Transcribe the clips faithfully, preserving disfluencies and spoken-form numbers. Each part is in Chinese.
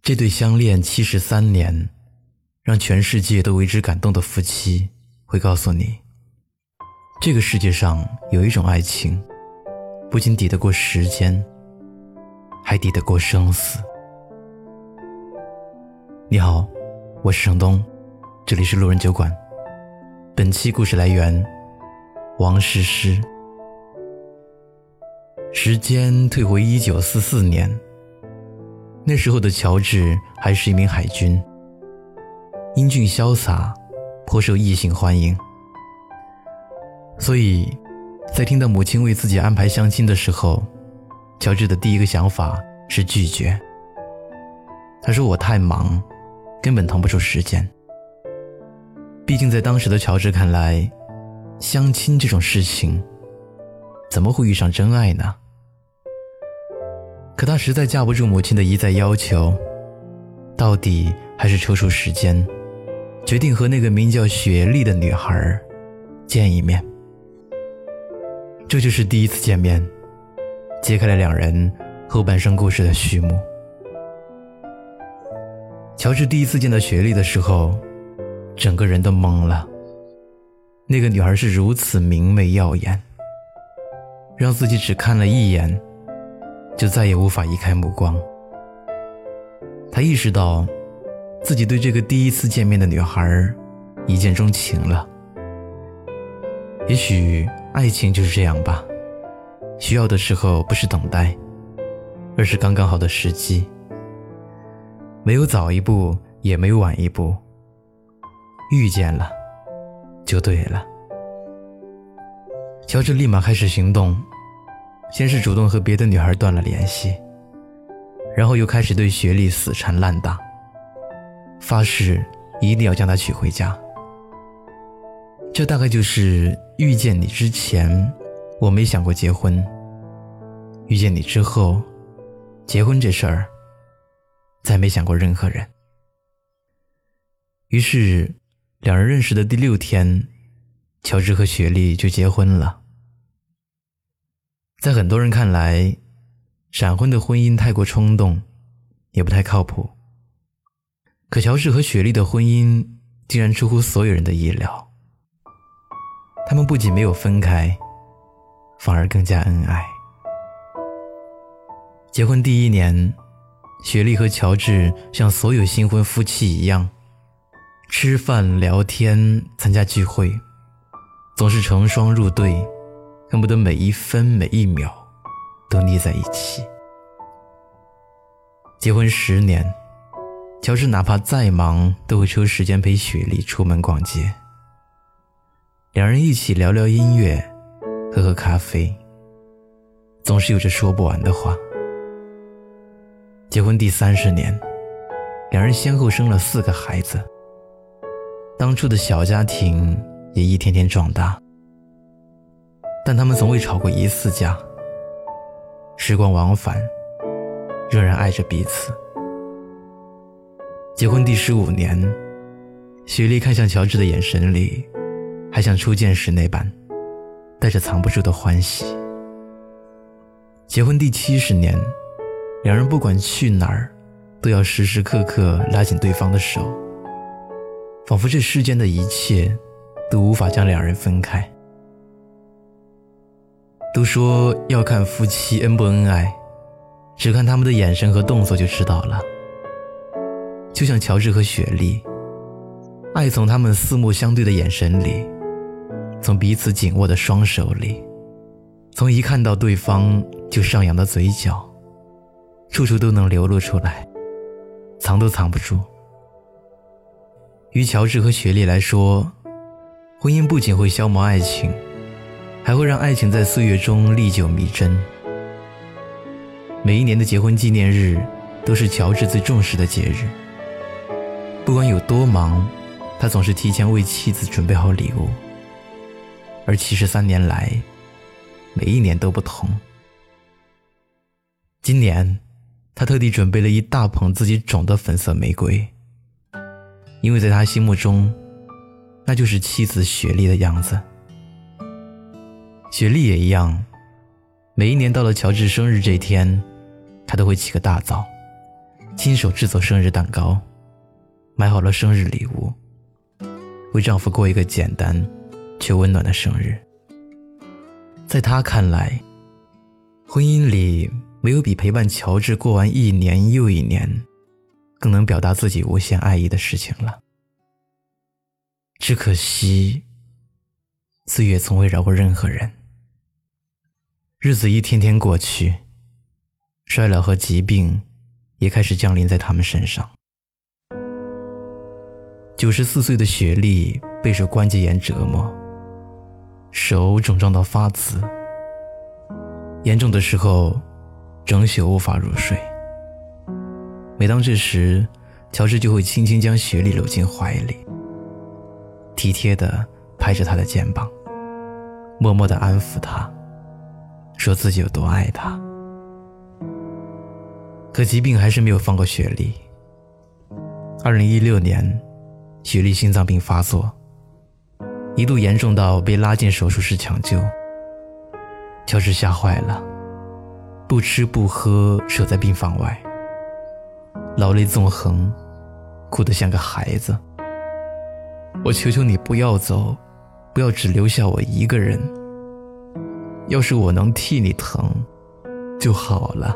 这对相恋七十三年，让全世界都为之感动的夫妻，会告诉你，这个世界上有一种爱情，不仅抵得过时间，还抵得过生死。你好，我是程东，这里是路人酒馆。本期故事来源王诗诗。时间退回一九四四年，那时候的乔治还是一名海军，英俊潇洒，颇受异性欢迎。所以在听到母亲为自己安排相亲的时候，乔治的第一个想法是拒绝。他说我太忙，根本腾不出时间。毕竟在当时的乔治看来，相亲这种事情怎么会遇上真爱呢？可他实在架不住母亲的一再要求，到底还是抽出时间，决定和那个名叫雪莉的女孩见一面。这就是第一次见面，揭开了两人后半生故事的序幕。乔治第一次见到雪莉的时候，整个人都懵了。那个女孩是如此明媚耀眼，让自己只看了一眼就再也无法移开目光。他意识到自己对这个第一次见面的女孩一见钟情了。也许爱情就是这样吧，需要的时候不是等待，而是刚刚好的时机。没有早一步，也没有晚一步，遇见了就对了。乔治立马开始行动，先是主动和别的女孩断了联系，然后又开始对雪莉死缠烂打，发誓一定要将她娶回家。这大概就是遇见你之前我没想过结婚，遇见你之后结婚这事儿再没想过任何人。于是两人认识的第六天，乔治和雪莉就结婚了。在很多人看来，闪婚的婚姻太过冲动，也不太靠谱。可乔治和雪莉的婚姻竟然出乎所有人的意料。他们不仅没有分开，反而更加恩爱。结婚第一年，雪莉和乔治像所有新婚夫妻一样，吃饭、聊天、参加聚会，总是成双入对，恨不得每一分每一秒都腻在一起。结婚十年，乔治哪怕再忙都会抽时间陪雪莉出门逛街，两人一起聊聊音乐，喝喝咖啡，总是有着说不完的话。结婚第三十年，两人先后生了四个孩子，当初的小家庭也一天天壮大，但他们从未吵过一次架。时光往返，仍然爱着彼此。结婚第十五年，雪莉看向乔治的眼神里还像初见时那般带着藏不住的欢喜。结婚第七十年，两人不管去哪儿都要时时刻刻拉紧对方的手，仿佛这世间的一切都无法将两人分开。都说要看夫妻恩不恩爱，只看他们的眼神和动作就知道了。就像乔治和雪莉，爱从他们四目相对的眼神里，从彼此紧握的双手里，从一看到对方就上扬的嘴角，处处都能流露出来，藏都藏不住。于乔治和雪莉来说，婚姻不仅会消磨爱情，还会让爱情在岁月中历久弥真。每一年的结婚纪念日都是乔治最重视的节日，不管有多忙，他总是提前为妻子准备好礼物。而七十三年来，每一年都不同。今年他特地准备了一大捧自己种的粉色玫瑰，因为在他心目中，那就是妻子雪莉的样子。雪莉也一样，每一年到了乔治生日这天，他都会起个大早， 亲手制作生日蛋糕，买好了生日礼物，为丈夫过一个简单却温暖的生日。在她看来，婚姻里没有比陪伴乔治过完一年又一年更能表达自己无限爱意的事情了。只可惜岁月从未饶过任何人，日子一天天过去，衰老和疾病也开始降临在他们身上。九十四岁的雪莉备受关节炎折磨，手肿胀到发紫，严重的时候整宿无法入睡。每当这时，乔治就会轻轻将雪莉搂进怀里，体贴地拍着她的肩膀，默默地安抚她，说自己有多爱她。可疾病还是没有放过雪莉。二零一六年，雪莉心脏病发作，一度严重到被拉进手术室抢救。乔治吓坏了，不吃不喝守在病房外，老泪纵横，哭得像个孩子。我求求你不要走，不要只留下我一个人，要是我能替你疼就好了。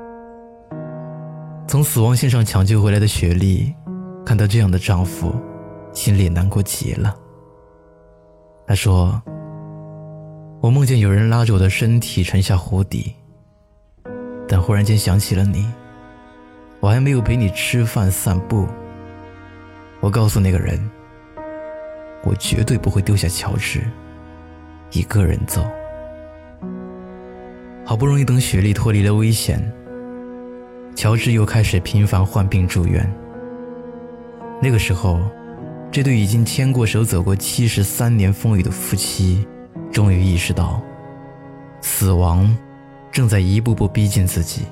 从死亡线上抢救回来的雪莉看到这样的丈夫，心里难过极了。她说，我梦见有人拉着我的身体沉下湖底，但忽然间想起了你，我还没有陪你吃饭散步。我告诉那个人，我绝对不会丢下乔治一个人走。好不容易等雪莉脱离了危险，乔治又开始频繁患病住院。那个时候，这对已经牵过手走过七十三年风雨的夫妻终于意识到，死亡正在一步步逼近自己。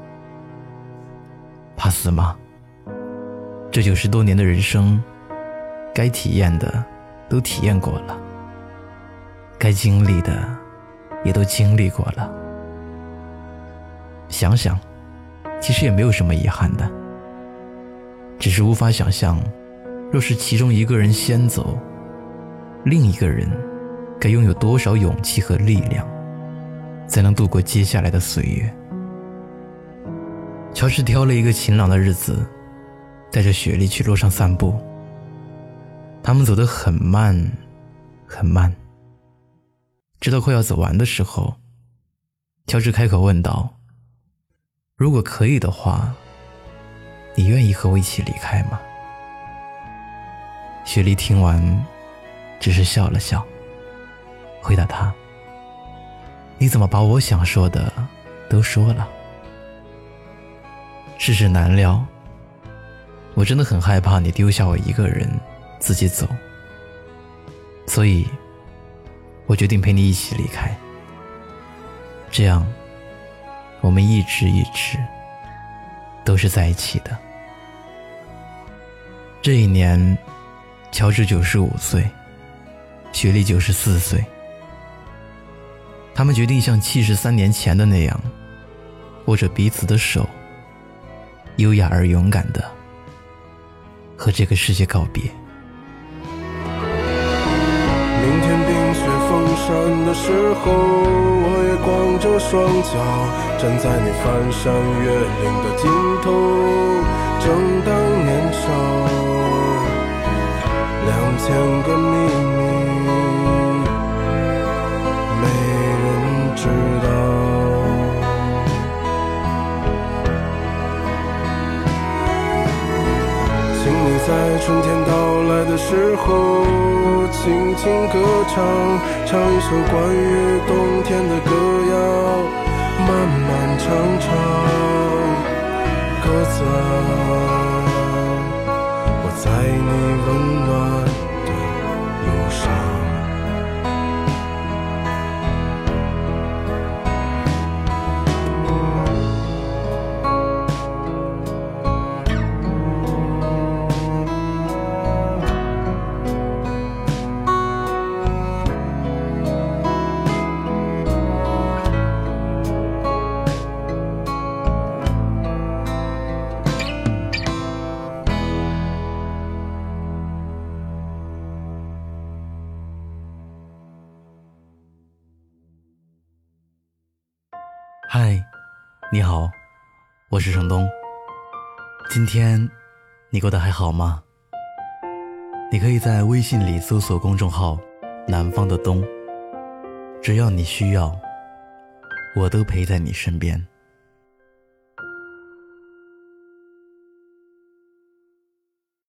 怕死吗？这九十多年的人生，该体验的都体验过了，该经历的也都经历过了。想想，其实也没有什么遗憾的，只是无法想象，若是其中一个人先走，另一个人该拥有多少勇气和力量，才能度过接下来的岁月。乔治挑了一个晴朗的日子，带着雪莉去路上散步。他们走得很慢很慢，直到快要走完的时候，乔治开口问道，如果可以的话，你愿意和我一起离开吗？雪莉听完只是笑了笑，回答他，你怎么把我想说的都说了？世事难料，我真的很害怕你丢下我一个人自己走，所以我决定陪你一起离开，这样我们一直一直都是在一起的。这一年，乔治九十五岁，雪莉九十四岁。他们决定像七十三年前的那样，握着彼此的手，优雅而勇敢地和这个世界告别。 明天冰雪封山的时候，我也光着双脚站在你翻山越岭的尽头，正当年少，两千个秘密没人知道。请你在春天到来的时候轻轻歌唱，唱一首关于冬天的歌谣，漫漫长长。鸽子啊，我在你温暖的忧伤。 嗨，你好，我是程东。今天你过得还好吗？你可以在微信里搜索公众号南方的冬，只要你需要，我都陪在你身边。